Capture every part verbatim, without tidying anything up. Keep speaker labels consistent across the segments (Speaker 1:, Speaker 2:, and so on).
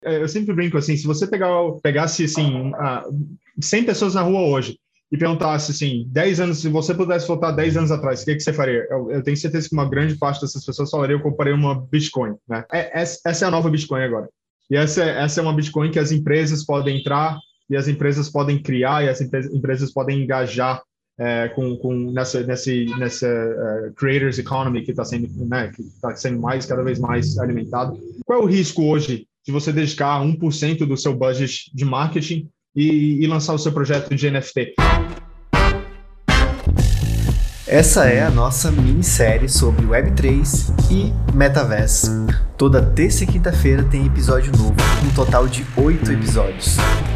Speaker 1: Eu sempre brinco assim, se você pegar, pegasse assim, ah, cem pessoas na rua hoje e perguntasse assim, dez anos, se você pudesse voltar dez anos atrás, o que, que você faria? Eu, eu tenho certeza que uma grande parte dessas pessoas falaria, eu compraria uma Bitcoin, né? É, essa, essa é a nova Bitcoin agora. E essa, essa é uma Bitcoin que as empresas podem entrar e as empresas podem criar e as empresas podem engajar é, com, com nessa, nessa, nessa uh, creators economy que está sendo, né, que está sendo mais, cada vez mais alimentado. Qual é o risco hoje de você dedicar um por cento do seu budget de marketing e, e lançar o seu projeto de N F T?
Speaker 2: Essa é a nossa minissérie sobre web três e metaverso. Toda terça e quinta-feira tem episódio novo, um total de oito episódios.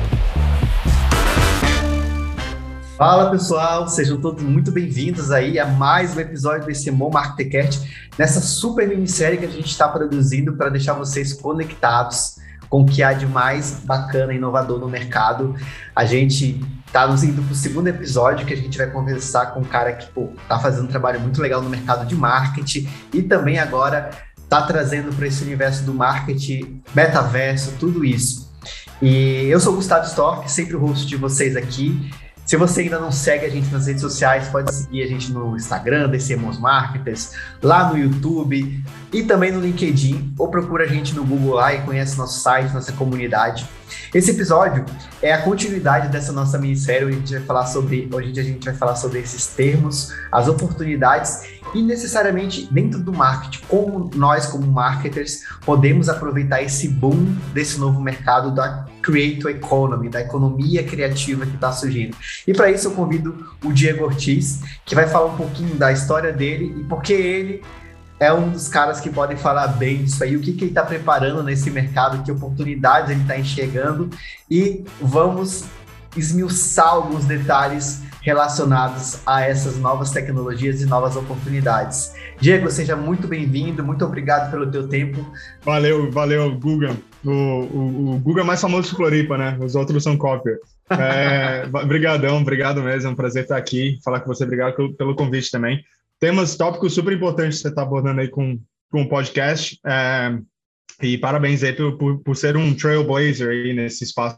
Speaker 2: Fala pessoal, sejam todos muito bem-vindos aí a mais um episódio desse Mo Marketercast, nessa super minissérie que a gente está produzindo para deixar vocês conectados com o que há de mais bacana e inovador no mercado. A gente está nos indo para o segundo episódio, que a gente vai conversar com um cara que está fazendo um trabalho muito legal no mercado de marketing e também agora está trazendo para esse universo do marketing, metaverso, tudo isso. E eu sou o Gustavo Storck, sempre o host de vocês aqui. Se você ainda não segue a gente nas redes sociais, pode seguir a gente no Instagram, D C Mons Marketers, lá no YouTube e também no LinkedIn, ou procura a gente no Google lá e conhece nosso site, nossa comunidade. Esse episódio é a continuidade dessa nossa minissérie, onde a gente vai falar sobre, hoje a gente vai falar sobre esses termos, as oportunidades e necessariamente dentro do marketing, como nós como marketers podemos aproveitar esse boom desse novo mercado da Creator Economy, da economia criativa que está surgindo. E para isso eu convido o Diego Ortiz, que vai falar um pouquinho da história dele e porque ele é um dos caras que podem falar bem disso aí, o que, que ele está preparando nesse mercado, que oportunidades ele está enxergando, e vamos esmiuçar alguns detalhes relacionados a essas novas tecnologias e novas oportunidades. Diego, seja muito bem-vindo, muito obrigado pelo teu tempo.
Speaker 1: Valeu, valeu, Guga. O, o, o Guga é mais famoso de Floripa, né? Os outros são cópia. É, brigadão, obrigado mesmo, é um prazer estar aqui, falar com você, obrigado pelo, pelo convite também. Temas, tópicos super importantes que você está abordando aí com, com o podcast, é, e parabéns aí por, por, por ser um trailblazer aí nesse espaço.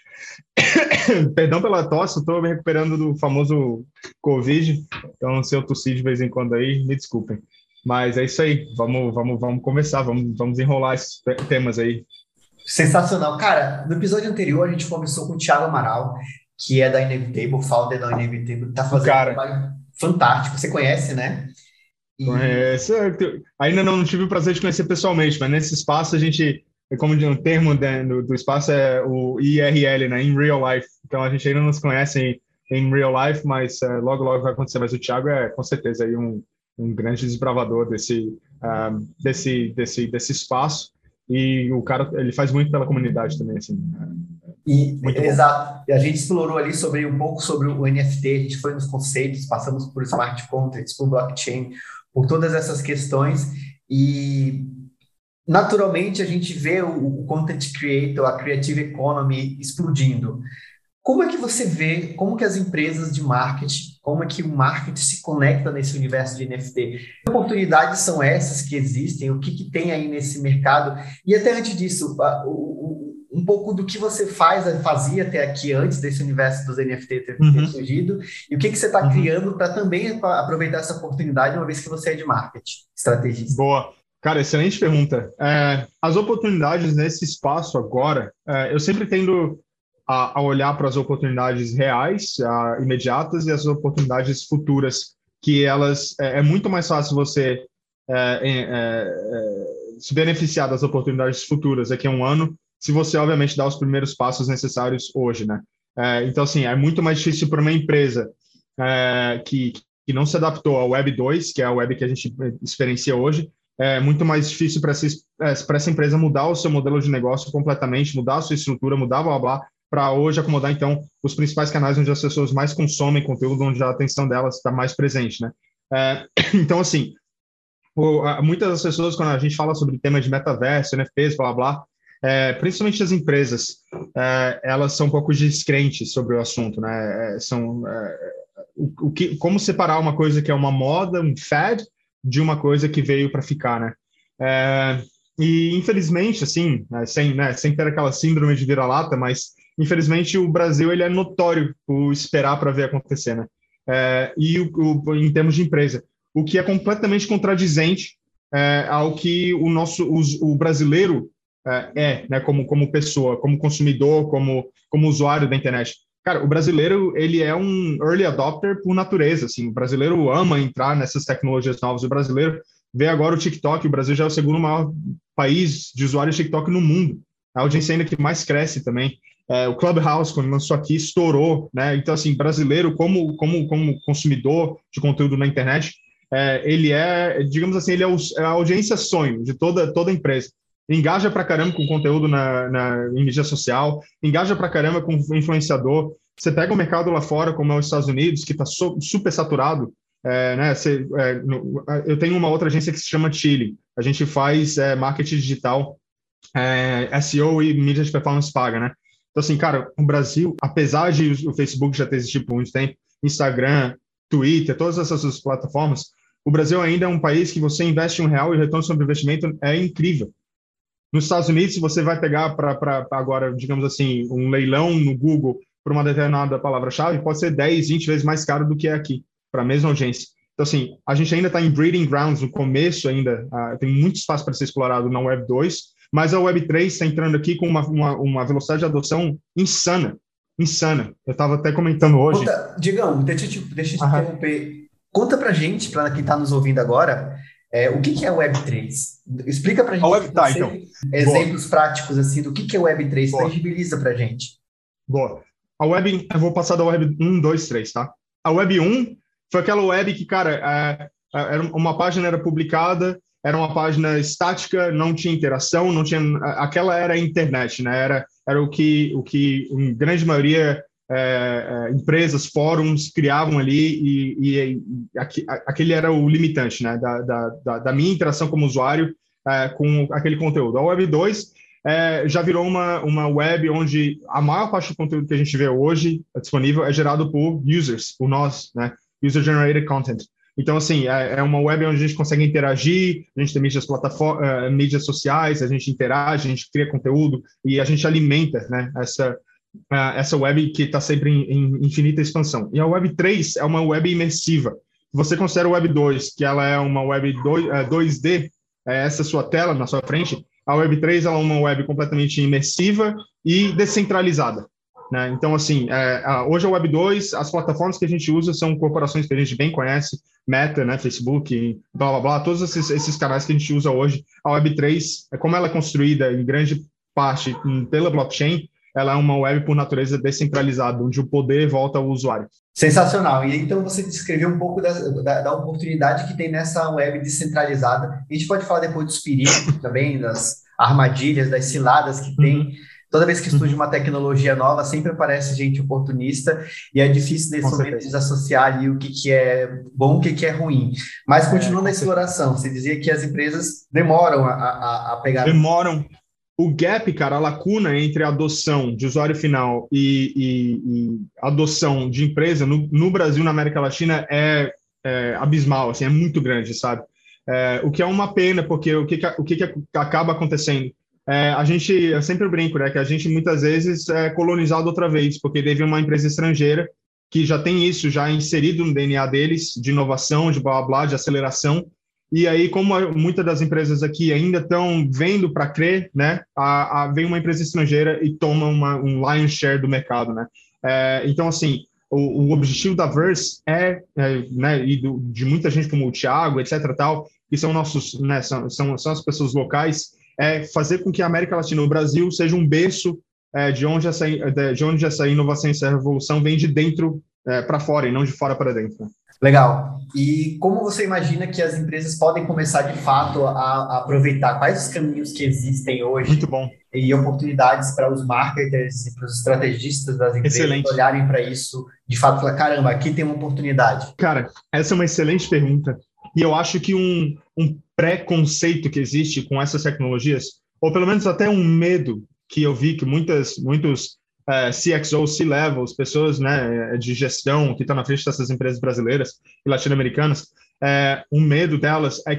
Speaker 1: Perdão pela tosse, estou me recuperando do famoso Covid, então se eu tossir de vez em quando aí, me desculpem. Mas é isso aí, vamos, vamos, vamos começar, vamos, vamos enrolar esses temas aí.
Speaker 2: Sensacional. Cara, no episódio anterior a gente conversou com o Thiago Amaral, que é da Inevitable, founder da Inevitable, está fazendo
Speaker 1: cara.
Speaker 2: um trabalho fantástico, você conhece, né?
Speaker 1: E... Esse, ainda não tive o prazer de conhecer pessoalmente, mas nesse espaço a gente... Como o termo do, do espaço é o I R L, né? In real life. Então a gente ainda não se conhece em, em real life, mas uh, logo, logo vai acontecer. Mas o Thiago é, com certeza, aí um, um grande desbravador desse, um, desse, desse, desse espaço. E o cara, ele faz muito pela comunidade também, assim.
Speaker 2: E, exato. E a gente explorou ali sobre, um pouco sobre o N F T, a gente foi nos conceitos, passamos por smart contracts, por blockchain, por todas essas questões. E... naturalmente, a gente vê o, o content creator, a creative economy explodindo. Como é que você vê, como que as empresas de marketing, como é que o marketing se conecta nesse universo de N F T? Que oportunidades são essas que existem? O que, que tem aí nesse mercado? E até antes disso, o, o, um pouco do que você faz, fazia até aqui antes desse universo dos N F T ter,
Speaker 1: uhum.
Speaker 2: ter surgido, e o que, que você está
Speaker 1: uhum.
Speaker 2: criando para também aproveitar essa oportunidade, uma vez que você é de marketing, estrategista.
Speaker 1: Boa. Cara, excelente pergunta. É, as oportunidades nesse espaço agora, é, eu sempre tendo a, a olhar para as oportunidades reais, a, imediatas, e as oportunidades futuras, que elas, é, é muito mais fácil você é, é, é, se beneficiar das oportunidades futuras daqui a um ano, se você, obviamente, dá os primeiros passos necessários hoje, né? É, então, assim, é muito mais difícil para uma empresa é, que, que não se adaptou ao Web dois, que é a web que a gente experiencia hoje. É muito mais difícil para essa, essa empresa mudar o seu modelo de negócio completamente, mudar a sua estrutura, mudar blá blá, para hoje acomodar, então, os principais canais onde as pessoas mais consomem conteúdo, onde a atenção delas está mais presente, né? É, então, assim, o, a, muitas das pessoas, quando a gente fala sobre temas de metaverso, N F Ts, blá blá, é, principalmente as empresas, é, elas são um pouco descrentes sobre o assunto, né? É, são, é, o, o que, como separar uma coisa que é uma moda, um fad, de uma coisa que veio para ficar, né? É, e infelizmente, assim, né, sem, né, sem ter aquela síndrome de vira-lata, mas infelizmente o Brasil ele é notório por esperar para ver acontecer, né? É, e o, o, em termos de empresa, o que é completamente contradizente é, ao que o nosso o, o brasileiro é, é, né, como, como pessoa, como consumidor, como, como usuário da internet. Cara, o brasileiro, ele é um early adopter por natureza, assim, o brasileiro ama entrar nessas tecnologias novas, o brasileiro vê agora o TikTok, o Brasil já é o segundo maior país de usuários de TikTok no mundo, a audiência ainda que mais cresce também. É, o Clubhouse, quando lançou aqui, estourou, né? Então, assim, brasileiro, como, como, como consumidor de conteúdo na internet, é, ele é, digamos assim, ele é, o, é a audiência sonho de toda, toda empresa. Engaja pra caramba com conteúdo na, na, em mídia social, engaja pra caramba com influenciador. Você pega o mercado lá fora, como é os Estados Unidos, que está so, super saturado. É, né, você, é, no, eu tenho uma outra agência que se chama Chile. A gente faz é, marketing digital, é, S E O e mídia de performance paga, né? Então, assim, cara, o Brasil, apesar de o Facebook já ter existido por muito tempo, Instagram, Twitter, todas essas plataformas, o Brasil ainda é um país que você investe um real e o retorno sobre investimento é incrível. Nos Estados Unidos, se você vai pegar para agora, digamos assim, um leilão no Google por uma determinada palavra-chave, pode ser dez, vinte vezes mais caro do que é aqui, para a mesma audiência. Então, assim, a gente ainda está em breeding grounds, no começo ainda, uh, tem muito espaço para ser explorado na Web dois, mas a Web três está entrando aqui com uma, uma, uma velocidade de adoção insana, insana. Eu estava até comentando hoje...
Speaker 2: Conta, Digão, deixa eu te, deixa eu te interromper. Conta para gente, para quem está nos ouvindo agora, é, o que, que é Web três? Explica para a gente
Speaker 1: Web, tá, então.
Speaker 2: exemplos
Speaker 1: Boa.
Speaker 2: práticos assim, do que, que é Web três, tangibiliza para a gente.
Speaker 1: Boa. A Web, eu vou passar da Web um, dois, três, tá? A Web um foi aquela web que, cara, é, é, era uma página era publicada, era uma página estática, não tinha interação, não tinha, aquela era a internet, né? Era, era o que, o que, em grande maioria, é, é, empresas, fóruns criavam ali e, e, e aqui, aquele era o limitante, né? Da, da, da minha interação como usuário é, com aquele conteúdo. A Web dois é, já virou uma, uma web onde a maior parte do conteúdo que a gente vê hoje disponível é gerado por users, por nós, né? User-generated content. Então, assim, é, é uma web onde a gente consegue interagir, a gente tem mídias, plataformas, uh, mídias sociais, a gente interage, a gente cria conteúdo e a gente alimenta, né, essa, uh, essa web que está sempre em, em infinita expansão. E a Web três é uma web imersiva. Você considera a Web dois, que ela é uma web dois D, é essa sua tela na sua frente, a Web três ela é uma web completamente imersiva e descentralizada. Né? Então, assim, é, hoje a Web dois, as plataformas que a gente usa são corporações que a gente bem conhece, Meta, né, Facebook, blá, blá, blá, todos esses, esses canais que a gente usa hoje. A Web três, como ela é construída em grande parte pela blockchain, ela é uma web por natureza descentralizada, onde o poder volta ao usuário.
Speaker 2: Sensacional. E então você descreveu um pouco da, da, da oportunidade que tem nessa web descentralizada. A gente pode falar depois dos perigos também, das armadilhas, das ciladas que tem. Uhum. Toda vez que surge uma tecnologia nova, sempre aparece gente oportunista e é difícil nesse momento desassociar ali o que, que é bom, o que, que é ruim. Mas continuando é, a exploração, você dizia que as empresas demoram a, a, a pegar...
Speaker 1: Demoram. O gap, cara, a lacuna entre a adoção de usuário final e, e, e adoção de empresa no, no Brasil, na América Latina, é, é abismal, assim, é muito grande, sabe? É, o que é uma pena, porque o que, o que acaba acontecendo? É, a gente, eu sempre brinco, né, que a gente muitas vezes é colonizado outra vez, porque teve uma empresa estrangeira que já tem isso já inserido no D N A deles, de inovação, de blá, blá, blá, de aceleração, e aí, como muitas das empresas aqui ainda estão vendo para crer, né, a, a, vem uma empresa estrangeira e toma uma, um lion's share do mercado, né. É, então, assim, o, o objetivo da Verse é, é né, e do, de muita gente como o Thiago, etc, tal, que são nossos, né, são, são, são as pessoas locais, é fazer com que a América Latina, o Brasil, seja um berço é, de, onde essa, de onde essa inovação e essa revolução vem de dentro é, para fora e não de fora para dentro.
Speaker 2: Legal. E como você imagina que as empresas podem começar, de fato, a, a aproveitar? Quais os caminhos que existem hoje?
Speaker 1: Muito bom.
Speaker 2: E oportunidades para os marketers e para os estrategistas das empresas
Speaker 1: excelente.
Speaker 2: Olharem para isso, de fato, falar, caramba, aqui tem uma oportunidade.
Speaker 1: Cara, essa é uma excelente pergunta. E eu acho que um, um preconceito que existe com essas tecnologias, ou pelo menos até um medo que eu vi que muitas, muitos uh, C X Os, C-levels, pessoas, né, de gestão que estão na frente dessas empresas brasileiras e latino-americanas, uh, um medo delas é que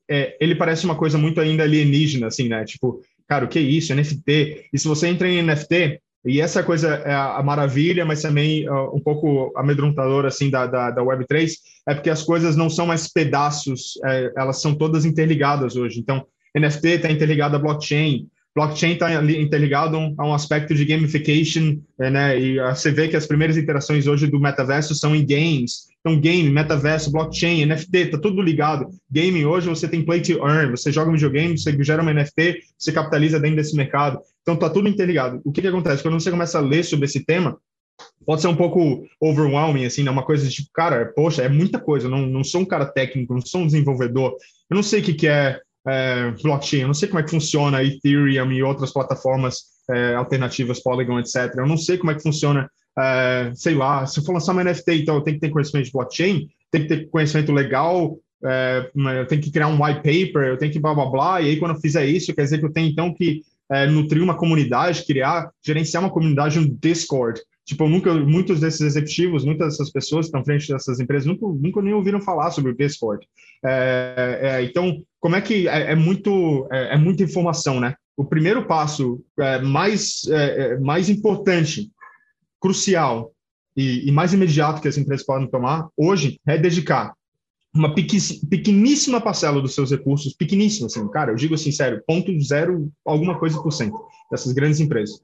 Speaker 1: é, ele parece uma coisa muito ainda alienígena, assim, né? Tipo, cara, o que é isso? N F T. E se você entra em N F T, e essa coisa é a, a maravilha, mas também uh, um pouco amedrontadora, assim, da, da, da web três, é porque as coisas não são mais pedaços, é, elas são todas interligadas hoje. Então, N F T está interligado à blockchain, blockchain está interligado a um aspecto de gamification, né? E você vê que as primeiras interações hoje do metaverso são em games. Então, game, metaverso, blockchain, N F T, está tudo ligado. Gaming, hoje você tem play to earn, você joga um videogame, você gera uma N F T, você capitaliza dentro desse mercado. Então, está tudo interligado. O que, que acontece? Quando você começa a ler sobre esse tema, pode ser um pouco overwhelming, assim, né? Uma coisa de tipo, cara, poxa, é muita coisa. Eu não, não sou um cara técnico, não sou um desenvolvedor. Eu não sei o que, que é É, blockchain, eu não sei como é que funciona Ethereum e outras plataformas é, alternativas, Polygon, etcétera. Eu não sei como é que funciona, é, sei lá, se eu for lançar uma N F T, então eu tenho que ter conhecimento de blockchain, tem que ter conhecimento legal, é, eu tenho que criar um white paper, eu tenho que blá blá blá, e aí quando eu fizer isso, quer dizer que eu tenho então que é, nutrir uma comunidade, criar, gerenciar uma comunidade no Discord. Tipo, nunca, muitos desses executivos, muitas dessas pessoas que estão à frente dessas empresas nunca, nunca nem ouviram falar sobre o Discord. É, é, então, como é que é, é muito é, é muita informação, né? O primeiro passo é, mais é, mais importante, crucial e, e mais imediato que as empresas podem tomar hoje é dedicar uma pequeníssima parcela dos seus recursos, pequeníssima, assim, cara, eu digo assim, sério, ponto zero alguma coisa por cento dessas grandes empresas,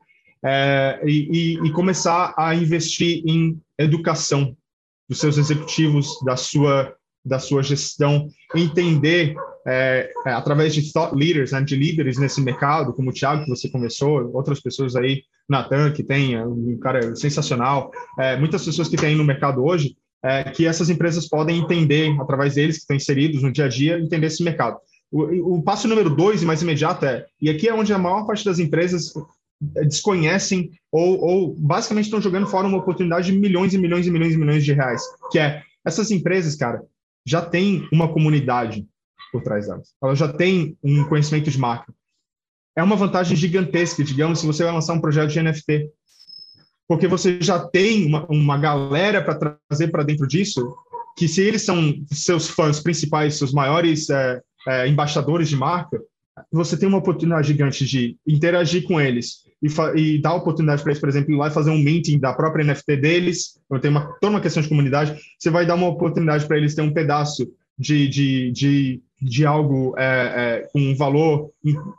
Speaker 1: é, e, e, e começar a investir em educação dos seus executivos, da sua, da sua gestão, entender é, é, através de thought leaders, né, de líderes nesse mercado, como o Thiago, que você começou, outras pessoas aí, Nathan, que tem, é um cara sensacional, é, muitas pessoas que tem no mercado hoje, é, que essas empresas podem entender, através deles, que estão inseridos no dia a dia, entender esse mercado. O, o passo número dois, e mais imediato, é, e aqui é onde a maior parte das empresas desconhecem ou, ou basicamente estão jogando fora uma oportunidade de milhões e milhões e milhões e milhões de reais, que é, essas empresas, cara, já têm uma comunidade por trás delas. Elas já têm um conhecimento de marca. É uma vantagem gigantesca, digamos, se você vai lançar um projeto de N F T, porque você já tem uma, uma galera para trazer para dentro disso, que se eles são seus fãs principais, seus maiores é, é, embaixadores de marca, você tem uma oportunidade gigante de interagir com eles e, e dar oportunidade para eles, por exemplo, ir lá e fazer um minting da própria N F T deles, então tem uma, toda uma questão de comunidade, você vai dar uma oportunidade para eles ter um pedaço de, de, de, de algo é, é, com um valor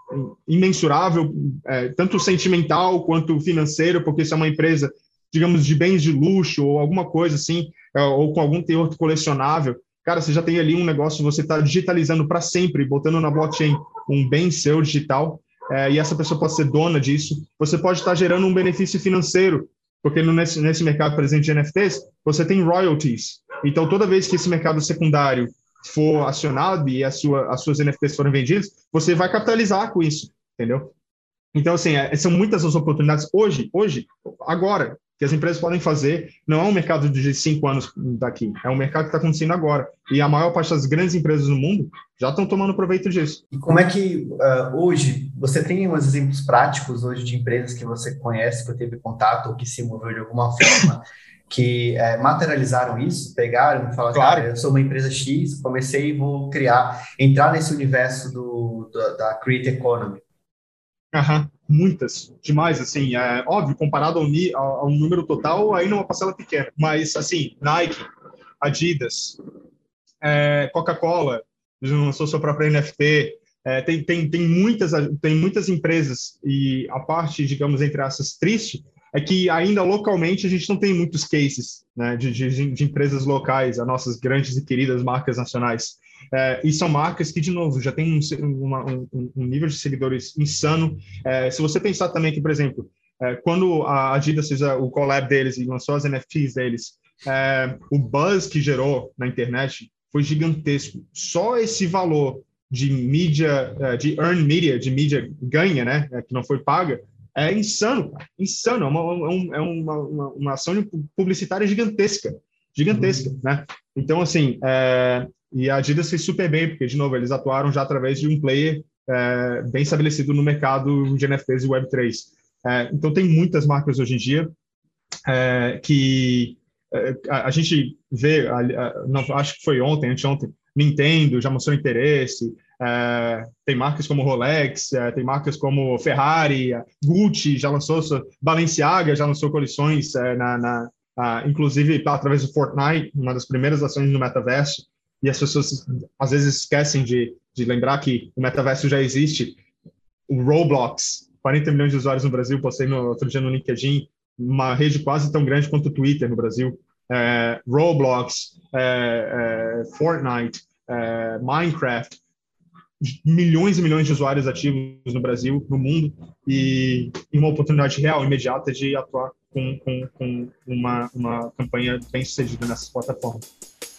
Speaker 1: imensurável, é, tanto sentimental quanto financeiro, porque isso é uma empresa, digamos, de bens de luxo ou alguma coisa assim, é, ou com algum teor colecionável. Cara, você já tem ali um negócio, você está digitalizando para sempre, botando na blockchain um bem seu digital, é, e essa pessoa pode ser dona disso. Você pode estar gerando um benefício financeiro, porque no, nesse, nesse mercado presente de N F Ts, você tem royalties. Então, toda vez que esse mercado secundário for acionado e a sua, as suas N F Ts forem vendidas, você vai capitalizar com isso, entendeu? Então, assim, é, são muitas as oportunidades hoje, hoje, agora, que as empresas podem fazer. Não é um mercado de cinco anos daqui, é um mercado que está acontecendo agora. E a maior parte das grandes empresas do mundo já estão tomando proveito disso.
Speaker 2: E como é que, uh, hoje, você tem uns exemplos práticos hoje de empresas que você conhece, que teve contato ou que se moveu de alguma forma, que é, materializaram isso, pegaram e falaram, claro, cara, eu sou uma empresa X, comecei e vou criar, entrar nesse universo do, do, da Create Economy?
Speaker 1: Aham, muitas, demais, assim, é óbvio, comparado ao, ao, ao número total, ainda é uma parcela pequena, mas, assim, Nike, Adidas, é, Coca-Cola, lançou sua própria N F T, é, tem, tem, tem, muitas, tem muitas empresas, e a parte, digamos, entre essas, triste, é que ainda localmente a gente não tem muitos cases, né, de, de, de empresas locais, as nossas grandes e queridas marcas nacionais. É, e são marcas que, de novo, já tem um, uma, um, um nível de seguidores insano. É, se você pensar também que, por exemplo, é, quando a Adidas fez o collab deles e lançou as N F Ts deles, é, o buzz que gerou na internet foi gigantesco. Só esse valor de mídia, de earned media, de mídia ganha, né, que não foi paga, é insano, cara. Insano. É uma, é uma, uma, uma ação publicitária gigantesca, gigantesca, uhum. né? Então, assim, é, e a Adidas fez super bem, porque, de novo, eles atuaram já através de um player é, bem estabelecido no mercado de N F Ts e web três. É, então, tem muitas marcas hoje em dia é, que é, a, a gente vê, a, a, não, acho que foi ontem, anteontem, Nintendo já mostrou interesse, É, tem marcas como Rolex, é, tem marcas como Ferrari, Gucci já lançou, Balenciaga já lançou coleções, é, na, na, a, inclusive através do Fortnite, uma das primeiras ações no metaverso, e as pessoas às vezes esquecem de, de lembrar que o metaverso já existe. O Roblox, quarenta milhões de usuários no Brasil, postei no outro dia no LinkedIn, uma rede quase tão grande quanto o Twitter no Brasil. É, Roblox, é, é, Fortnite, é, Minecraft, milhões e milhões de usuários ativos no Brasil, no mundo, e, e uma oportunidade real, imediata, de atuar com, com, com uma, uma campanha bem sucedida nessas plataformas.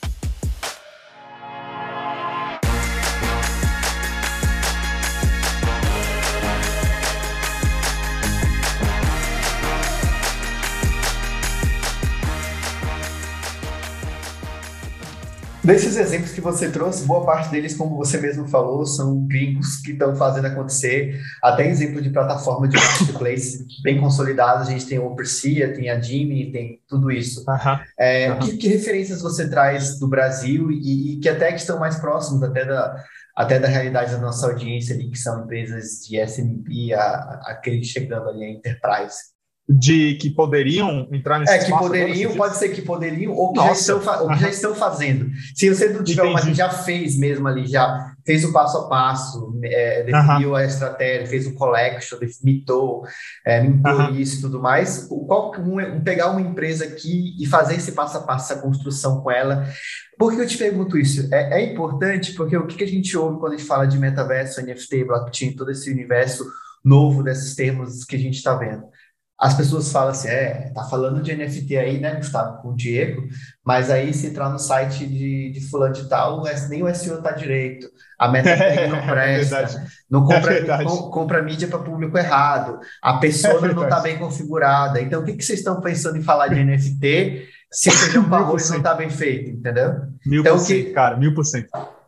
Speaker 2: Desses exemplos que você trouxe, boa parte deles, como você mesmo falou, são gringos que estão fazendo acontecer. Até exemplo de plataforma de marketplace bem consolidada, a gente tem o Upsea, tem a Jimmy, tem tudo isso.
Speaker 1: Uh-huh.
Speaker 2: É,
Speaker 1: uh-huh.
Speaker 2: que, que referências você traz do Brasil e, e que até que estão mais próximos até da, até da realidade da nossa audiência ali, que são empresas de S M B, a, a, aquele chegando ali a Enterprise?
Speaker 1: De que poderiam entrar nesse
Speaker 2: É, que
Speaker 1: espaço
Speaker 2: poderiam,
Speaker 1: agora,
Speaker 2: pode ser que poderiam, ou que, já estão, ou que já estão fazendo. Se você não tiver uma que já fez mesmo ali, já fez o passo a passo, é, definiu uh-huh. a estratégia, fez o collection, mitou, é, mintou uh-huh. isso e tudo mais, qual, um, um, pegar uma empresa aqui e fazer esse passo a passo, essa construção com ela. Por que eu te pergunto isso? É, é importante porque o que, que a gente ouve quando a gente fala de metaverso, N F T, blockchain, todo esse universo novo desses termos que a gente está vendo? As pessoas falam assim, é, tá falando de N F T aí, né, Gustavo, com o Diego, mas aí se entrar no site de, de fulano de tal, nem o S E O tá direito, a MetaTag não presta, é não compra, é com, compra mídia para público errado, a pessoa é não tá bem configurada. Então, o que, que vocês estão pensando em falar de N F T se o feijão com arroz não tá bem feito, entendeu?
Speaker 1: Mil
Speaker 2: então,
Speaker 1: por cento,
Speaker 2: que...
Speaker 1: cara, mil por cento.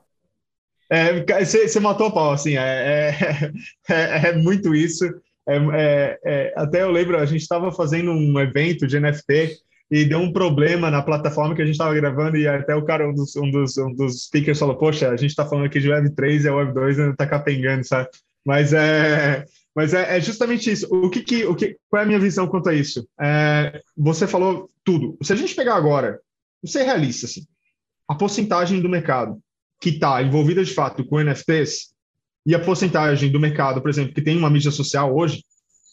Speaker 1: Você é, matou o pau, assim, é, é, é muito isso. É, é, é, até eu lembro, a gente estava fazendo um evento de N F T e deu um problema na plataforma que a gente estava gravando e até o cara, um dos, um dos, um dos speakers falou, poxa, a gente está falando aqui de Web três e a Web dois ainda está capengando, sabe? Mas, é, mas é, é justamente isso. O que que, o que, qual é a minha visão quanto a isso? É, você falou tudo. Se a gente pegar agora, você é realista, assim, a porcentagem do mercado que está envolvida de fato com N F Ts e a porcentagem do mercado, por exemplo, que tem uma mídia social hoje,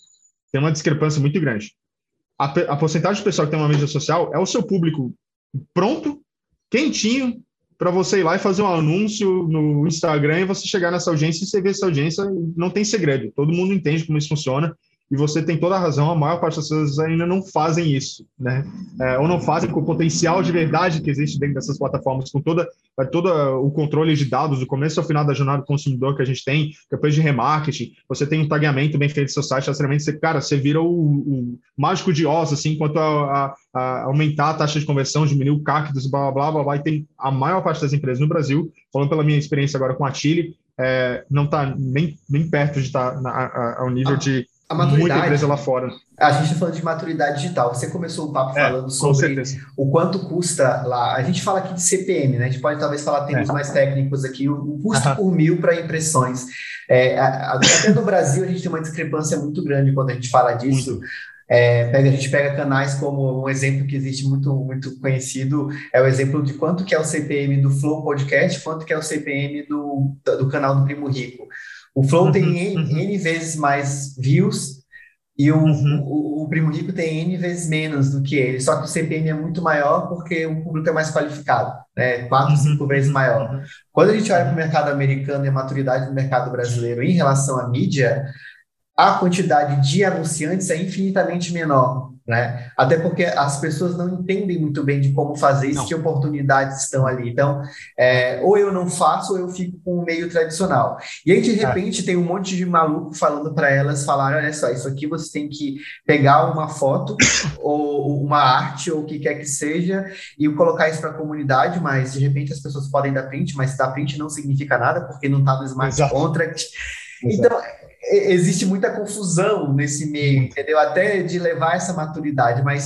Speaker 1: tem uma discrepância muito grande. A, a porcentagem do pessoal que tem uma mídia social é o seu público pronto, quentinho, para você ir lá e fazer um anúncio no Instagram e você chegar nessa audiência e você ver essa audiência, não tem segredo. Todo mundo entende como isso funciona e você tem toda a razão, a maior parte das pessoas ainda não fazem isso, né? É, ou não fazem com o potencial de verdade que existe dentro dessas plataformas, com toda, todo o controle de dados, do começo ao final da jornada do consumidor que a gente tem, depois de remarketing, você tem um tagueamento bem feito no seu site, você, cara, você vira o, o mágico de Oz, assim, quanto a, a, a aumentar a taxa de conversão, diminuir o C A C dos blá, blá, blá, blá, e tem a maior parte das empresas no Brasil, falando pela minha experiência agora com a Chile, é, não está nem, nem perto de estar tá ao nível de
Speaker 2: a maturidade,
Speaker 1: muita empresa lá fora.
Speaker 2: A gente está falando de maturidade digital. Você começou o papo
Speaker 1: é,
Speaker 2: falando sobre o quanto custa lá. A gente fala aqui de C P M, né? A gente pode talvez falar termos é. mais técnicos aqui. O, o custo uh-huh. por mil para impressões. É, a, a, até no Brasil a gente tem uma discrepância muito grande quando a gente fala disso. É, pega, a gente pega canais como um exemplo que existe muito, muito conhecido, é o exemplo de quanto que é o C P M do Flow Podcast, quanto que é o C P M do, do canal do Primo Rico. O Flow uhum, tem N, uhum. N vezes mais views e o, uhum. o, o Primo Rico tem N vezes menos do que ele, só que o C P M é muito maior porque o público é mais qualificado, né? Quatro, uhum. cinco vezes maior. Uhum. Quando a gente olha para o mercado americano e a maturidade do mercado brasileiro em relação à mídia, a quantidade de anunciantes é infinitamente menor, né? Até porque as pessoas não entendem muito bem de como fazer isso, que oportunidades estão ali. Então, é, ou eu não faço, ou eu fico com o meio tradicional. E aí, de repente, é. tem um monte de maluco falando para elas, falar, olha só, isso aqui você tem que pegar uma foto, ou uma arte, ou o que quer que seja, e colocar isso para a comunidade, mas, de repente, as pessoas podem dar print, mas dar print não significa nada, porque não está no smart Exato. contract. Exato. Então, existe muita confusão nesse meio, entendeu? Até de levar essa maturidade, mas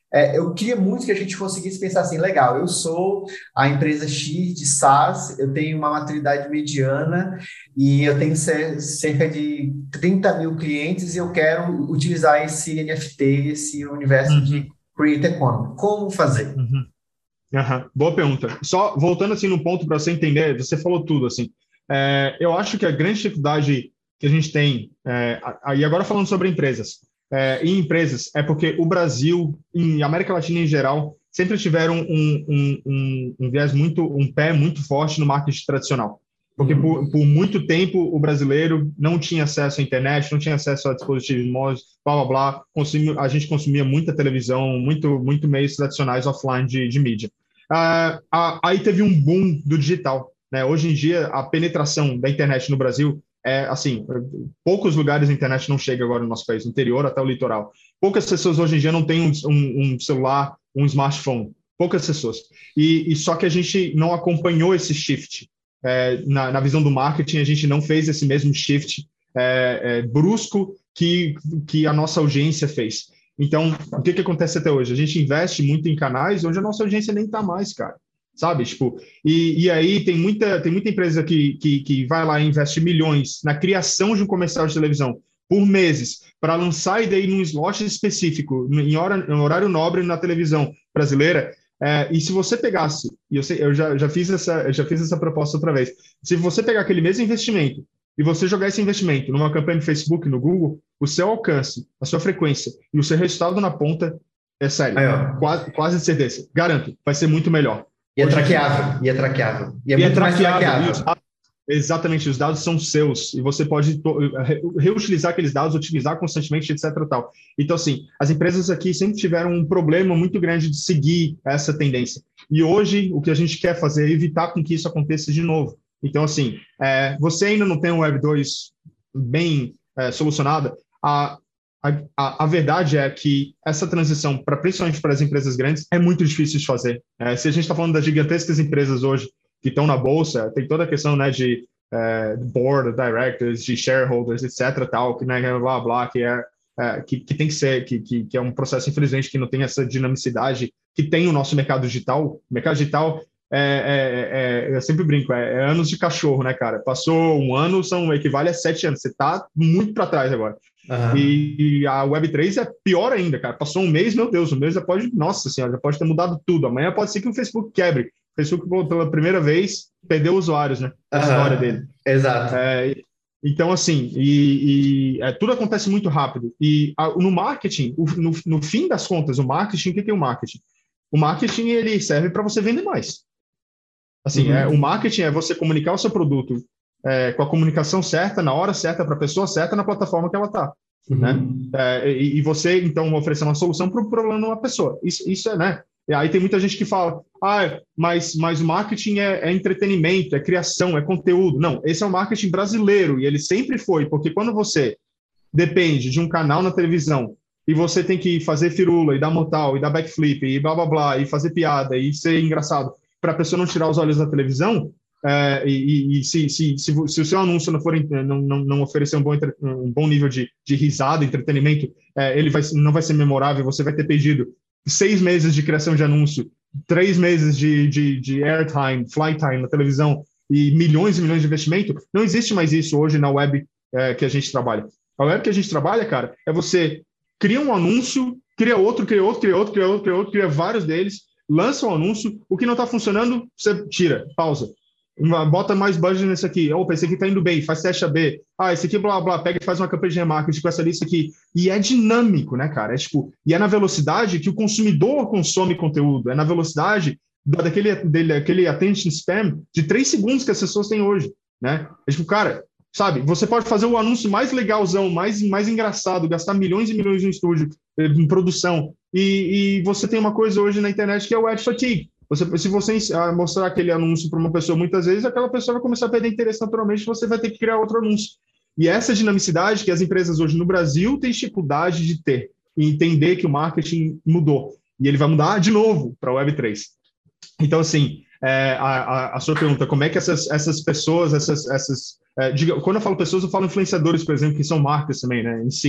Speaker 2: É, eu queria muito que a gente conseguisse pensar assim, legal, eu sou a empresa X de SaaS, eu tenho uma maturidade mediana e eu tenho cer- cerca de trinta mil clientes e eu quero utilizar esse N F T, esse universo de
Speaker 1: Uhum,
Speaker 2: Create Economy. Como fazer?
Speaker 1: uhum. Aham. Boa pergunta. Só voltando assim no ponto para você entender, você falou tudo assim. É, eu acho que a grande dificuldade que a gente tem, é, a- e agora falando sobre empresas, é, em empresas, é porque o Brasil, e a América Latina em geral, sempre tiveram um, um, um, um viés muito, um pé muito forte no marketing tradicional. Porque por,
Speaker 2: Uhum.
Speaker 1: por muito tempo o brasileiro não tinha acesso à internet, não tinha acesso a dispositivos móveis, blá blá blá. Consumia, a gente consumia muita televisão, muito, muito meios tradicionais offline de, de mídia. Ah, ah, aí teve um boom do digital, né? Hoje em dia, a penetração da internet no Brasil é assim, poucos lugares a internet não chega agora no nosso país, no interior até o litoral. Poucas pessoas hoje em dia não têm um, um, um celular, um smartphone. Poucas pessoas. E, e só que a gente não acompanhou esse shift. É, na, na visão do marketing, a gente não fez esse mesmo shift é, é, brusco que, que a nossa audiência fez. Então, o que, que acontece até hoje? A gente investe muito em canais onde a nossa audiência nem está mais, cara. Sabe? Tipo, e, e aí tem muita, tem muita empresa que, que, que vai lá e investe milhões na criação de um comercial de televisão por meses, para lançar e daí num slot específico, em, hora, em horário nobre na televisão brasileira. É, e se você pegasse, e eu, sei, eu já, já, fiz essa, eu já fiz essa proposta outra vez, se você pegar aquele mesmo investimento e você jogar esse investimento numa campanha no Facebook, no Google, o seu alcance, a sua frequência e o seu resultado na ponta, é sério,
Speaker 2: Aí, ó.
Speaker 1: quase, quase de certeza, garanto, vai ser muito melhor.
Speaker 2: E é
Speaker 1: Hoje em dia.
Speaker 2: traqueável, e é traqueável. E é
Speaker 1: E é
Speaker 2: muito mais
Speaker 1: traqueável, e os
Speaker 2: traqueável.
Speaker 1: dados, exatamente, os dados são seus, e você pode re reutilizar aqueles dados, utilizar constantemente, etc. Tal. Então, assim, as empresas aqui sempre tiveram um problema muito grande de seguir essa tendência. E hoje, o que a gente quer fazer é evitar com que isso aconteça de novo. Então, assim, é, você ainda não tem um Web dois bem é, solucionada, a, a, a verdade é que essa transição, pra, principalmente para as empresas grandes, é muito difícil de fazer. É, se a gente está falando das gigantescas empresas hoje que estão na bolsa, tem toda a questão, né, de é, board, directors, de shareholders, etc, tal, que, né, blá, blá, que é, é que, que tem que ser, que, que, que é um processo, infelizmente, que não tem essa dinamicidade que tem o nosso mercado digital. O mercado digital, é, é, é, eu sempre brinco, é, é anos de cachorro, né, cara? Passou um ano, são, equivale a sete anos. Você está muito para trás agora.
Speaker 2: Aham.
Speaker 1: E a Web três é pior ainda, cara. Passou um mês, meu Deus, um mês já pode, nossa senhora, já pode ter mudado tudo. Amanhã pode ser que o Facebook quebre. O Facebook, pela primeira vez, perdeu usuários, né? Na história dele.
Speaker 2: Aham. Exato.
Speaker 1: É, então, assim, e, e é, tudo acontece muito rápido. E a, no marketing, o, no, no fim das contas, o marketing, o que, que é o marketing? O marketing, ele serve para você vender mais. Assim, é, o
Speaker 2: Uhum.
Speaker 1: marketing é você comunicar o seu produto é, com a comunicação certa, na hora certa, para a pessoa certa, na plataforma que ela está, né?
Speaker 2: Uhum.
Speaker 1: É, e, e você, então, oferecer uma solução para o problema de uma pessoa. Isso, isso é, né? E aí tem muita gente que fala, ah, mas, mas o marketing é, é entretenimento, é criação, é conteúdo. Não, esse é o marketing brasileiro, e ele sempre foi, porque quando você depende de um canal na televisão e você tem que fazer firula e dar mortal e dar backflip e blá blá blá e fazer piada e ser engraçado para a pessoa não tirar os olhos da televisão, é, e, e se, se, se, se o seu anúncio não, for, não, não, não oferecer um bom, um bom nível de, de risada, entretenimento, é, ele vai, não vai ser memorável, você vai ter perdido seis meses de criação de anúncio, três meses de, de, de airtime, flight time na televisão e milhões e milhões de investimento. Não existe mais isso hoje na web é, que a gente trabalha. A web que a gente trabalha, cara, é você cria um anúncio, cria outro, cria outro, cria outro, cria outro, cria outro, cria vários deles, lança um anúncio, o que não está funcionando, você tira, pausa. Bota mais budget nesse aqui. Opa, esse aqui tá indo bem, faz teste A B. Ah, esse aqui, blá, blá, pega e faz uma campanha de remarketing com essa lista aqui. E é dinâmico, né, cara? É tipo, e é na velocidade que o consumidor consome conteúdo, é na velocidade daquele, dele, aquele attention span de três segundos que as pessoas têm hoje, né? É tipo, cara, sabe, você pode fazer o anúncio mais legalzão, mais, mais engraçado, gastar milhões e milhões em estúdio, em produção, e, e você tem uma coisa hoje na internet que é o ad fatigue. Você, se você mostrar aquele anúncio para uma pessoa muitas vezes, aquela pessoa vai começar a perder interesse naturalmente, você vai ter que criar outro anúncio. E essa dinamicidade que as empresas hoje no Brasil têm dificuldade de ter, e entender que o marketing mudou. E ele vai mudar de novo para a Web três. Então, assim, é, a, a, a sua pergunta, como é que essas, essas pessoas, essas, essas é, diga, quando eu falo pessoas, eu falo influenciadores, por exemplo, que são marcas também, né, em si.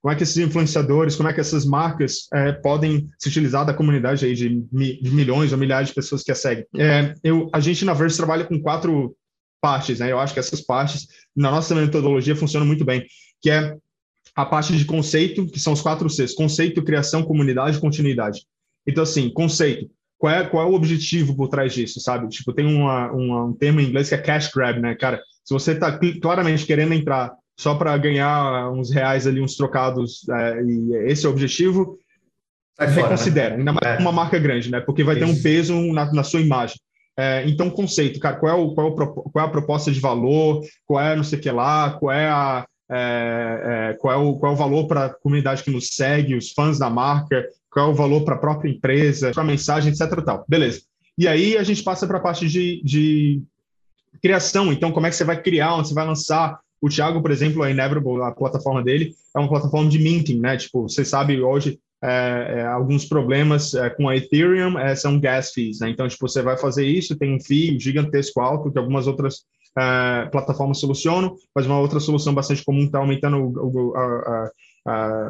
Speaker 1: como é que esses influenciadores, como é que essas marcas é, podem se utilizar da comunidade aí de, mi, de milhões ou milhares de pessoas que a seguem. É, eu, a gente, na Verse, trabalha com quatro partes, né? Eu acho que essas partes, na nossa metodologia, funcionam muito bem, que é a parte de conceito, que são os quatro Cs: conceito, criação, comunidade e continuidade. Então, assim, conceito. Qual é, qual é o objetivo por trás disso, sabe? Tipo, tem uma, uma, um termo em inglês que é cash grab, né, cara? Se você está claramente querendo entrar só para ganhar uns reais ali, uns trocados, é, e esse é o objetivo,
Speaker 2: Sai
Speaker 1: reconsidera.
Speaker 2: fora, né?
Speaker 1: Ainda mais
Speaker 2: É.
Speaker 1: uma marca grande, né? Porque vai ter um
Speaker 2: Isso.
Speaker 1: peso na, na sua imagem. É, então, conceito, cara, qual é, o, qual, é o, qual é a proposta de valor, qual é não sei o que lá, qual é, a, é, é, qual é, o, qual é o valor para a comunidade que nos segue, os fãs da marca, qual é o valor para a própria empresa, para a mensagem, etc. Tal. Beleza. E aí a gente passa para a parte de, de criação. Então, como é que você vai criar, onde você vai lançar? O Thiago, por exemplo, a Inevitable, a plataforma dele, é uma plataforma de minting, né? Tipo, você sabe hoje é, é, alguns problemas é, com a Ethereum é, são gas fees, né? Então, tipo, você vai fazer isso, tem um fee gigantesco alto que algumas outras é, plataformas solucionam, mas uma outra solução bastante comum que está aumentando o, o, a, a,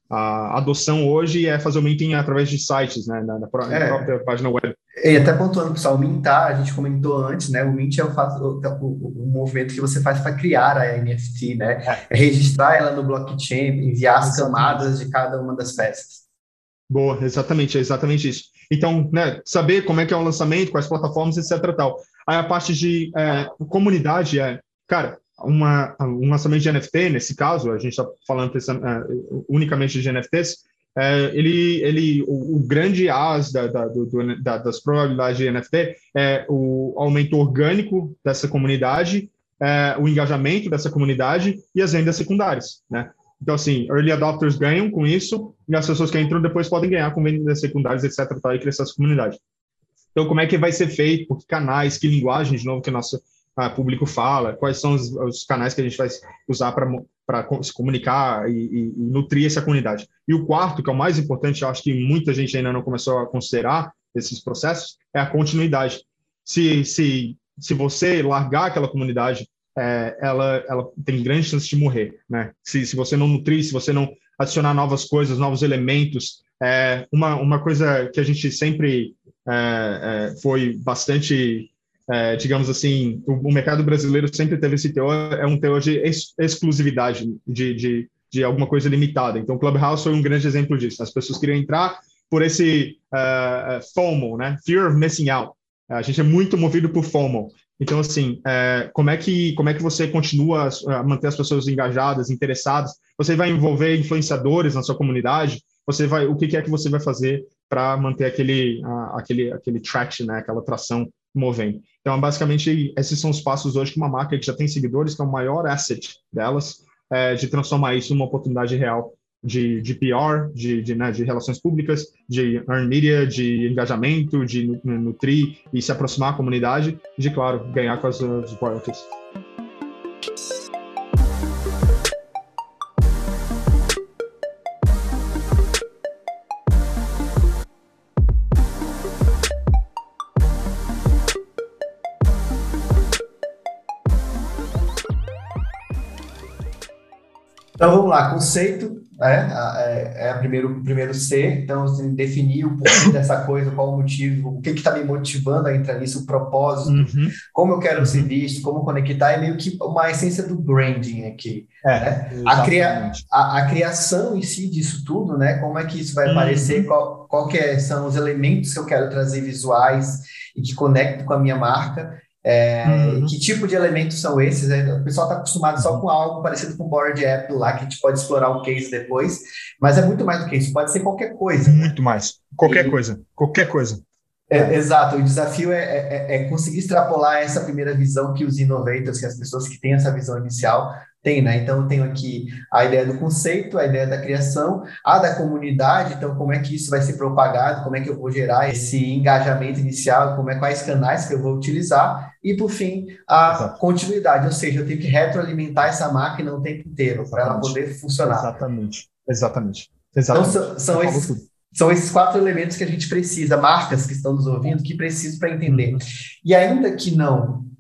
Speaker 1: a adoção hoje é fazer o minting através de sites, né? Na, na própria
Speaker 2: É.
Speaker 1: página web.
Speaker 2: E até pontuando, pessoal, o mintar, a gente comentou antes, né? O mint é o, o, o, o movimento que você faz para criar a N F T, né?
Speaker 1: É.
Speaker 2: É registrar ela no blockchain, enviar as
Speaker 1: Exatamente.
Speaker 2: camadas de cada uma das peças.
Speaker 1: Boa, exatamente, é exatamente isso. Então, né, saber como é que é o lançamento, quais plataformas, etc. Tal. Aí a parte de é, comunidade é, cara, uma, um lançamento de N F T, nesse caso, a gente está falando uh, unicamente de N F Ts, é, ele, ele, o, o grande as da, da, do, do, da, das probabilidades de N F T é o aumento orgânico dessa comunidade, é, o engajamento dessa comunidade e as vendas secundárias, né? Então, assim, early adopters ganham com isso, e as pessoas que entram depois podem ganhar com vendas secundárias, etc, tal, e crescer essa comunidade. Então, como é que vai ser feito? Por que canais? Que linguagem, de novo, que o nosso uh, público fala? Quais são os, os canais que a gente vai usar para se comunicar e, e, e nutrir essa comunidade? E o quarto, que é o mais importante, eu acho que muita gente ainda não começou a considerar esses processos, é a continuidade. Se, se, se você largar aquela comunidade, É, ela, ela tem grande chance de morrer, né? Se, se você não nutrir, se você não adicionar novas coisas, novos elementos. É, uma, uma coisa que a gente sempre é, é, foi bastante, é, digamos assim, o, o mercado brasileiro sempre teve esse teor, é um teor de ex, exclusividade, de, de, de alguma coisa limitada. Então, o Clubhouse foi um grande exemplo disso. As pessoas queriam entrar por esse uh, FOMO, né? Fear of Missing Out. A gente é muito movido por FOMO. Então, assim, é, como, é que, como é que você continua a manter as pessoas engajadas, interessadas? Você vai envolver influenciadores na sua comunidade? Você vai, o que é que você vai fazer para manter aquele, a, aquele, aquele traction, né? Aquela atração movendo? Então, basicamente, esses são os passos hoje que uma marca que já tem seguidores, que é o maior asset delas, é, de transformar isso numa oportunidade real de, de P R, de, de, né, de relações públicas, de earn media, de engajamento, de nutrir e se aproximar da comunidade, e de, claro, ganhar com as, as royalties.
Speaker 2: Então vamos lá, conceito, né? É, é o primeiro, primeiro C, então assim, definir o porquê dessa coisa, qual o motivo, o que está me motivando a entrar nisso, o propósito,
Speaker 1: Uhum.
Speaker 2: como eu quero
Speaker 1: Uhum.
Speaker 2: ser visto, como conectar, é meio que uma essência do branding aqui.
Speaker 1: É,
Speaker 2: né? a, cria, a, a criação em si disso tudo, né? Como é que isso vai
Speaker 1: uhum.
Speaker 2: aparecer, qual, qual que é, são os elementos que eu quero trazer visuais e que conectam com a minha marca. É, uhum. Que tipo de elementos são esses? O pessoal está acostumado só com algo parecido com o Bored App lá, que a gente pode explorar o case depois, mas é muito mais do que isso, pode ser qualquer coisa.
Speaker 1: Muito mais, qualquer
Speaker 2: e,
Speaker 1: coisa, qualquer coisa.
Speaker 2: É, é. Exato, o desafio é, é, é conseguir extrapolar essa primeira visão que os innovators, que as pessoas que têm essa visão inicial têm, né? Então, eu tenho aqui a ideia do conceito, a ideia da criação, a da comunidade, então, como é que isso vai ser propagado, como é que eu vou gerar esse engajamento inicial, como é, quais canais que eu vou utilizar, e, por fim, a Exato. continuidade, ou seja, eu tenho que retroalimentar essa máquina o tempo inteiro, para ela poder funcionar.
Speaker 1: Exatamente, exatamente. Exatamente.
Speaker 2: Então, são, são esses... São esses quatro elementos que a gente precisa, marcas que estão nos ouvindo, que precisam para entender. Uhum. E ainda que não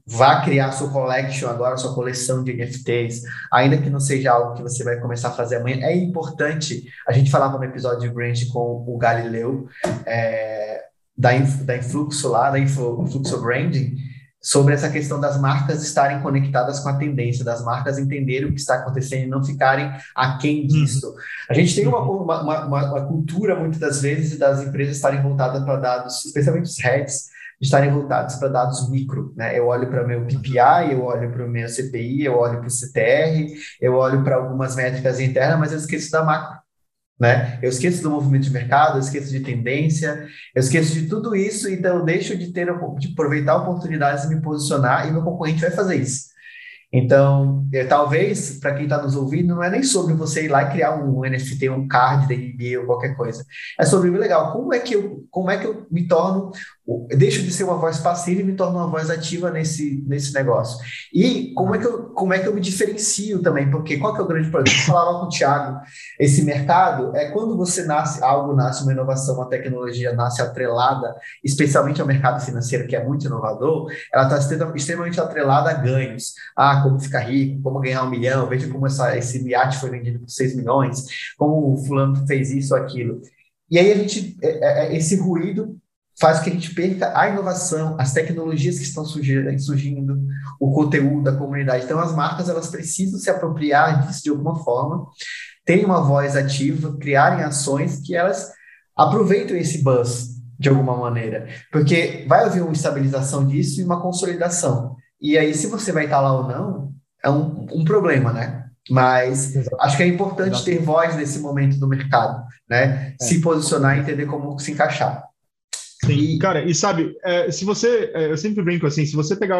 Speaker 2: vá criar sua collection agora, sua coleção de N F Ts, ainda que não seja algo que você vai começar a fazer amanhã, é importante. A gente falava no episódio de Brand com o Galileu, é, da, Inf, da Influxo lá, da Info, Influxo Branding, sobre essa questão das marcas estarem conectadas com a tendência, das marcas entenderem o que está acontecendo e não ficarem aquém disso. A gente tem uma, uma, uma, uma cultura, muitas das vezes, das empresas estarem voltadas para dados, especialmente os heads, estarem voltados para dados micro, né? Eu olho para o meu P P I, eu olho para o meu C P I, eu olho para o C T R, eu olho para algumas métricas internas, mas eu esqueço da macro, né? Eu esqueço do movimento de mercado, eu esqueço de tendência, eu esqueço de tudo isso, então eu deixo de ter, de aproveitar oportunidades e me posicionar, e meu concorrente vai fazer isso. Então, é, talvez, para quem está nos ouvindo, não é nem sobre você ir lá e criar um N F T, um card da N B A ou qualquer coisa. É sobre, legal, como é que eu, como é que eu me torno, eu deixo de ser uma voz passiva e me torno uma voz ativa nesse, nesse negócio. E como é, que eu, como é que eu me diferencio também, porque qual que é o grande problema? Eu falava com o Thiago, esse mercado é quando você nasce, algo nasce, uma inovação, uma tecnologia nasce atrelada, especialmente ao mercado financeiro, que é muito inovador, ela está extremamente atrelada a ganhos. Ah, como ficar rico, como ganhar um milhão, veja como essa, esse iate foi vendido por seis milhões, como o fulano fez isso ou aquilo. E aí a gente, é, é, esse ruído faz com que a gente perca a inovação, as tecnologias que estão surgindo, surgindo, o conteúdo da comunidade. Então as marcas, elas precisam se apropriar disso de alguma forma, terem uma voz ativa, criarem ações que elas aproveitem esse buzz de alguma maneira, porque vai haver uma estabilização disso e uma consolidação. E aí, se você vai estar lá ou não, é um, um problema, né? Mas
Speaker 1: Exato.
Speaker 2: acho que é importante Exato. ter voz nesse momento do mercado, né? É. Se posicionar e entender como se encaixar.
Speaker 1: Sim, e... cara, e sabe, é, se você, é, eu sempre brinco assim, se você pegar,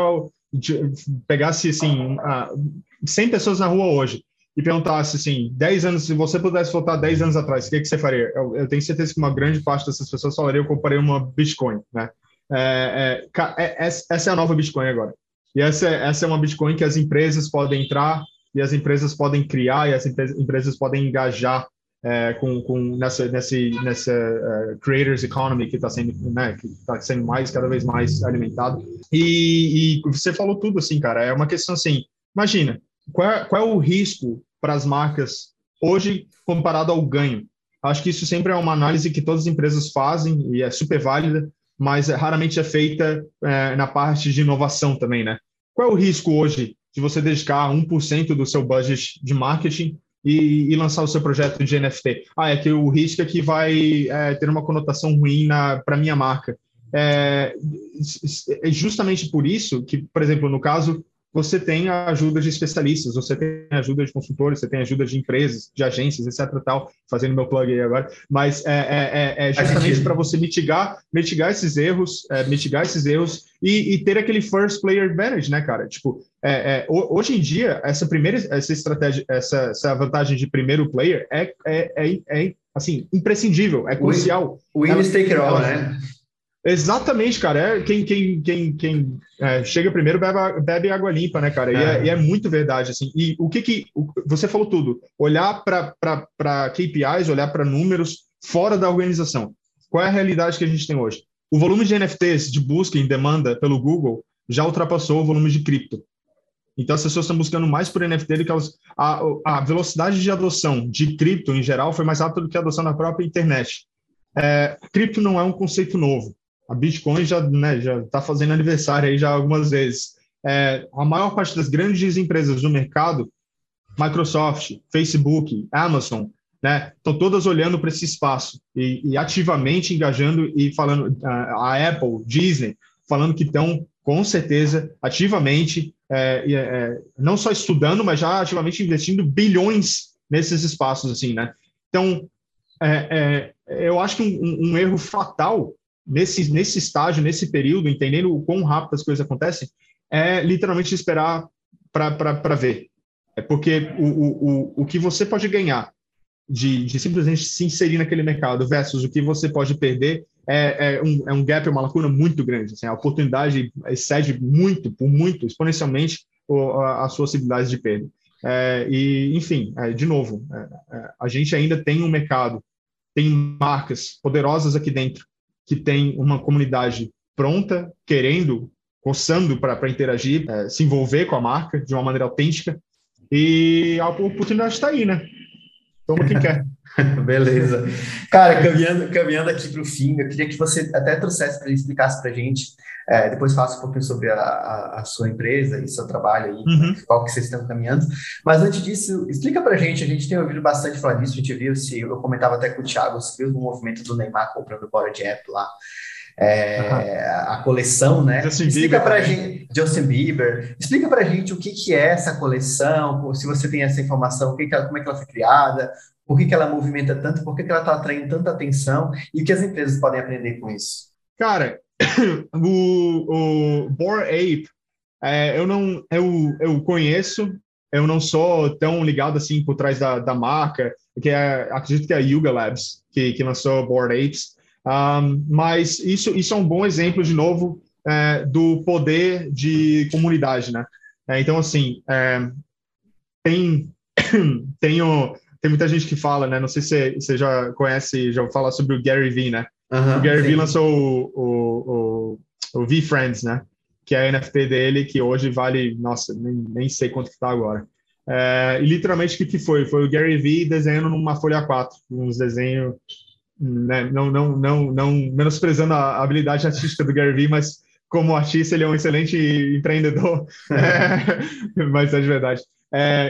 Speaker 1: pegasse assim, cem pessoas na rua hoje e perguntasse assim, dez anos, se você pudesse voltar dez anos atrás, o que, que você faria? Eu, eu tenho certeza que uma grande parte dessas pessoas falaria, eu compraria uma Bitcoin, né? É, é, é, essa é a nova Bitcoin agora. E essa, essa é uma Bitcoin que as empresas podem entrar e as empresas podem criar e as empresas podem engajar é, com, com nessa, nesse, nessa uh, creators economy que está sendo, né, que tá sendo mais, cada vez mais alimentado. E, e você falou tudo assim, cara. É uma questão assim, imagina, qual é, qual é o risco para as marcas hoje comparado ao ganho? Acho que isso sempre é uma análise que todas as empresas fazem e é super válida, mas raramente é feita é, na parte de inovação também, né? Qual é o risco hoje de você dedicar um por cento do seu budget de marketing e, e lançar o seu projeto de N F T? Ah, é que o risco é que vai é, ter uma conotação ruim para a minha marca. É, é justamente por isso que, por exemplo, no caso, você tem a ajuda de especialistas, você tem a ajuda de consultores, você tem a ajuda de empresas, de agências, etc. Tal, fazendo meu plug aí agora, mas é, é, é justamente para você mitigar, mitigar esses erros, é, mitigar esses erros e, e ter aquele first player advantage, né, cara? Tipo, é, é, hoje em dia, essa primeira, essa estratégia, essa, essa vantagem de primeiro player é, é, é, é assim, imprescindível, é crucial.
Speaker 2: O win is take it all, né?
Speaker 1: Exatamente, cara. É, quem quem, quem, quem é, chega primeiro bebe, bebe água limpa, né, cara? E é, e é muito verdade, assim. E o que que... O, você falou tudo. Olhar para K P Is, olhar para números fora da organização. Qual é a realidade que a gente tem hoje? O volume de N F Ts de busca em demanda pelo Google já ultrapassou o volume de cripto. Então, as pessoas estão buscando mais por N F T do que elas... A, a velocidade de adoção de cripto, em geral, foi mais rápida do que a adoção da própria internet. É, cripto não é um conceito novo. A Bitcoin já né, já está fazendo aniversário aí já algumas vezes. É, a maior parte das grandes empresas do mercado, Microsoft, Facebook, Amazon, né, estão todas olhando para esse espaço e, e ativamente engajando e falando, a Apple, Disney, falando que estão, com certeza, ativamente, é, é, não só estudando, mas já ativamente investindo bilhões nesses espaços, assim, né? Então, é, é, eu acho que um, um erro fatal Nesse, nesse estágio, nesse período, entendendo o quão rápido as coisas acontecem, é literalmente esperar para ver. É porque o, o, o que você pode ganhar de, de simplesmente se inserir naquele mercado versus o que você pode perder é, é, um, é um gap, uma lacuna muito grande. Assim, a oportunidade excede muito, por muito, exponencialmente, as possibilidades de perda. É, e, enfim, é, de novo, é, é, a gente ainda tem um mercado, tem marcas poderosas aqui dentro, que tem uma comunidade pronta, querendo coçando para interagir, é, se envolver com a marca de uma maneira autêntica. E a oportunidade está aí, né? Toma quem quer.
Speaker 2: Beleza. Cara, caminhando, caminhando aqui para o fim, eu queria que você até trouxesse para ele, explicasse para a gente, é, depois faça um pouquinho sobre a, a, a sua empresa e seu trabalho aí,
Speaker 1: Uhum.
Speaker 2: qual que vocês estão caminhando. Mas antes disso, explica para a gente, a gente tem ouvido bastante falar disso, a gente viu, se, eu comentava até com o Thiago, você viu o movimento do Neymar comprando o Bored App lá, é, a coleção, né?
Speaker 1: Justin
Speaker 2: Explica
Speaker 1: Bieber
Speaker 2: para a
Speaker 1: também.
Speaker 2: gente, Justin Bieber, explica para a gente o que, que é essa coleção, se você tem essa informação, o que que ela, como é que ela foi criada, por que, que ela movimenta tanto, por que, que ela está atraindo tanta atenção e o que as empresas podem aprender com isso.
Speaker 1: Cara, o, o Bored Ape, é, eu não, eu, eu conheço, eu não sou tão ligado assim por trás da, da marca, que é, acredito que é a Yuga Labs que, que lançou Bored Apes. Um, mas isso, isso é um bom exemplo, de novo, é, do poder de comunidade, né? É, então, assim, é, tem, tem, o, tem muita gente que fala, né? Não sei se você já conhece, já fala sobre o Gary Vee, né? O
Speaker 2: Uhum,
Speaker 1: Gary Vee
Speaker 2: sim.
Speaker 1: lançou o, o, o, o V-Friends, né? Que é a N F T dele, que hoje vale, nossa, nem, nem sei quanto que tá agora. É, e literalmente o que, que foi? Foi o Gary Vee desenhando numa folha A quatro, uns desenhos, né, não, não, não, não menosprezando a habilidade artística do Gary Vee, mas como artista ele é um excelente empreendedor, é, mas é de verdade. É,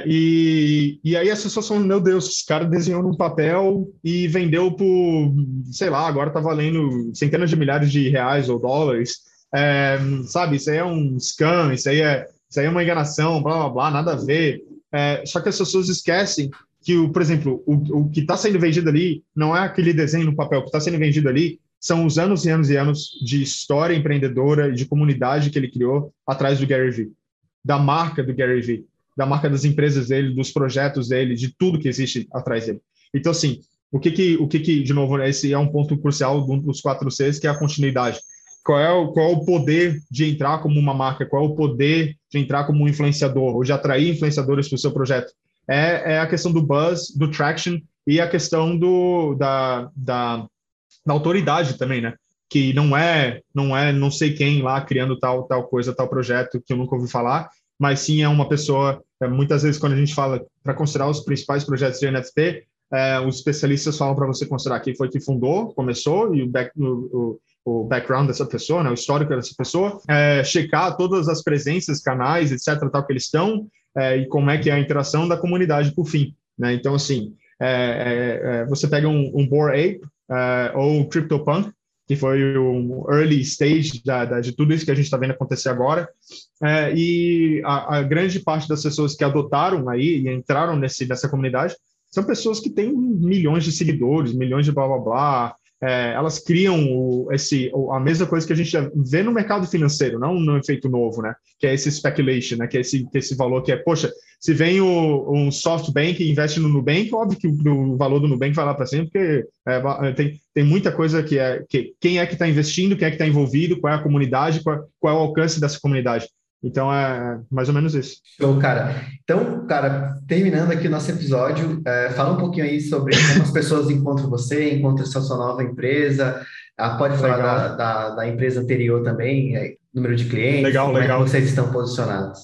Speaker 1: e, e aí as pessoas falam, meu Deus, esse cara desenhou num papel e vendeu por, sei lá, agora tá valendo centenas de milhares de reais ou dólares, é, sabe, isso aí é um scam, isso aí é, isso aí é uma enganação, blá, blá, blá, nada a ver. É, só que as pessoas esquecem que, o, por exemplo, o, o que está sendo vendido ali não é aquele desenho no papel, o que está sendo vendido ali são os anos e anos e anos de história empreendedora e de comunidade que ele criou atrás do Gary Vee, da marca do Gary Vee, da marca das empresas dele, dos projetos dele, de tudo que existe atrás dele. Então, assim, o que que, o que, que de novo, esse é um ponto crucial dos quatro Cs, que é a continuidade. Qual é, o, qual é o poder de entrar como uma marca? Qual é o poder de entrar como um influenciador ou de atrair influenciadores para o seu projeto? É, é a questão do buzz, do traction e a questão do, da, da, da autoridade também, né? Que não é, não é não sei quem lá criando tal, tal coisa, tal projeto que eu nunca ouvi falar, mas sim é uma pessoa, é, muitas vezes quando a gente fala para considerar os principais projetos de N F T, é, os especialistas falam para você considerar quem foi que fundou, começou, e o, back, o, o, o background dessa pessoa, né, o histórico dessa pessoa, é, checar todas as presenças, canais, etc, tal que eles estão, é, e como é que é a interação da comunidade por fim, né? Então, assim, é, é, é, você pega um, um Bored Ape, é, ou o CryptoPunk, que foi o early stage da, da, de tudo isso que a gente está vendo acontecer agora, é, e a, a grande parte das pessoas que adotaram aí e entraram nesse, nessa comunidade são pessoas que têm milhões de seguidores, milhões de blá blá blá. É, elas criam o, esse, a mesma coisa que a gente já vê no mercado financeiro, não no efeito novo, né? Que é esse speculation, né? Que é esse, que é esse valor que é, poxa, se vem o, um SoftBank e investe no Nubank, óbvio que o, o valor do Nubank vai lá para cima, porque é, tem, tem muita coisa que é que, quem é que está investindo, quem é que está envolvido, qual é a comunidade, qual, qual é o alcance dessa comunidade. Então, é mais ou menos isso.
Speaker 2: Show, cara. Então, cara, terminando aqui o nosso episódio, é, fala um pouquinho aí sobre como as pessoas encontram você, encontram essa sua nova empresa, ah, pode falar da,
Speaker 1: Legal,
Speaker 2: da, da empresa anterior também, é, número de clientes,
Speaker 1: legal,
Speaker 2: como é que
Speaker 1: legal.
Speaker 2: vocês estão posicionados.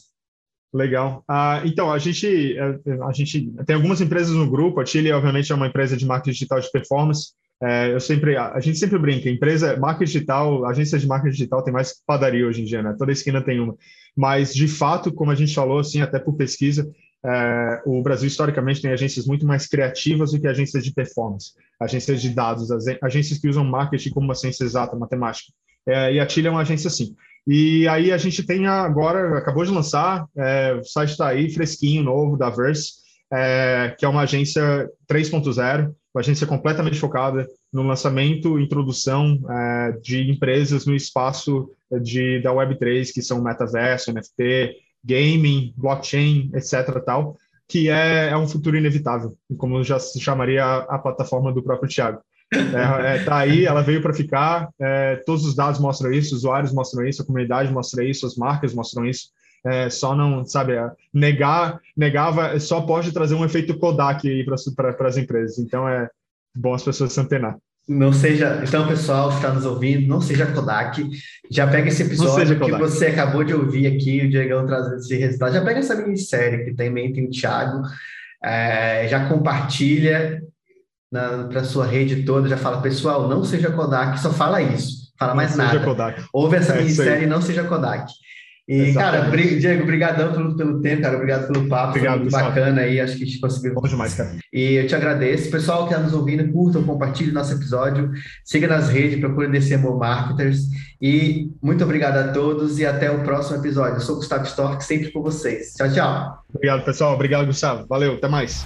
Speaker 1: Legal. Ah, então, a gente, a gente tem algumas empresas no grupo. A Chile, obviamente, é uma empresa de marketing digital de performance. É, eu sempre, a gente sempre brinca, empresa, marketing digital, agência de marketing digital tem mais que padaria hoje em dia, né? Toda esquina tem uma. Mas, de fato, como a gente falou, assim, até por pesquisa, é, o Brasil, historicamente, tem agências muito mais criativas do que agências de performance, agências de dados, agências que usam marketing como uma ciência exata, matemática. É, e a Chile é uma agência assim. E aí a gente tem agora, acabou de lançar, é, o site está aí, fresquinho, novo, da Verse, é, que é uma agência três ponto zero, uma agência completamente focada no lançamento e introdução é, de empresas no espaço de, da web três, que são metaverso, N F T, gaming, blockchain, etc. tal, que é, é um futuro inevitável, como já se chamaria a, a plataforma do próprio Thiago. É, é, tá aí, ela veio para ficar, é, todos os dados mostram isso, os usuários mostram isso, a comunidade mostra isso, as marcas mostram isso, é, só não, sabe, é, negar, negava, só pode trazer um efeito Kodak aí para as empresas, então é bom as pessoas se antenar.
Speaker 2: Não seja, então, pessoal que está nos ouvindo, não seja Kodak. Já pega esse episódio que você acabou de ouvir aqui, o Diegão trazendo esse resultado. Já pega essa minissérie que também tem o Thiago, é, já compartilha para sua rede toda, já fala, pessoal, não seja Kodak, só fala isso, fala mais nada.
Speaker 1: Kodak.
Speaker 2: Ouve essa é minissérie, não seja Kodak. E, exatamente. Cara, Diego, obrigadão pelo, pelo tempo, cara, obrigado pelo papo, obrigado, foi muito pessoal. Bacana aí, acho que a gente conseguiu.
Speaker 1: Bom demais, cara.
Speaker 2: E eu te agradeço. Pessoal que está nos ouvindo, curtam, compartilhem nosso episódio, siga nas redes, procure D C M O Marketers, e muito obrigado a todos e até o próximo episódio. Eu sou o Gustavo Storck, sempre com vocês. Tchau, tchau.
Speaker 1: Obrigado, pessoal. Obrigado, Gustavo. Valeu, até mais.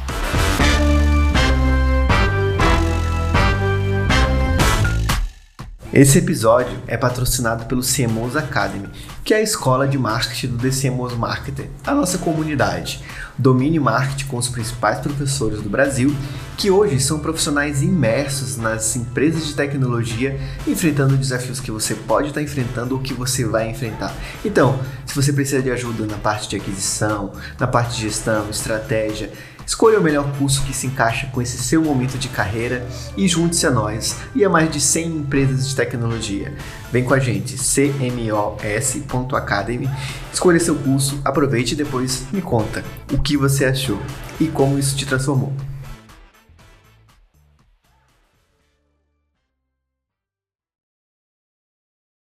Speaker 2: Esse episódio é patrocinado pelo C M Os Academy, que é a escola de marketing do D C M Os Marketer, a nossa comunidade. Domine marketing com os principais professores do Brasil, que hoje são profissionais imersos nas empresas de tecnologia, enfrentando desafios que você pode estar enfrentando ou que você vai enfrentar. Então, se você precisa de ajuda na parte de aquisição, na parte de gestão, estratégia, escolha o melhor curso que se encaixa com esse seu momento de carreira e junte-se a nós e a mais de cem empresas de tecnologia. Vem com a gente, c m o s ponto academy, escolha seu curso, aproveite e depois me conta o que você achou e como isso te transformou.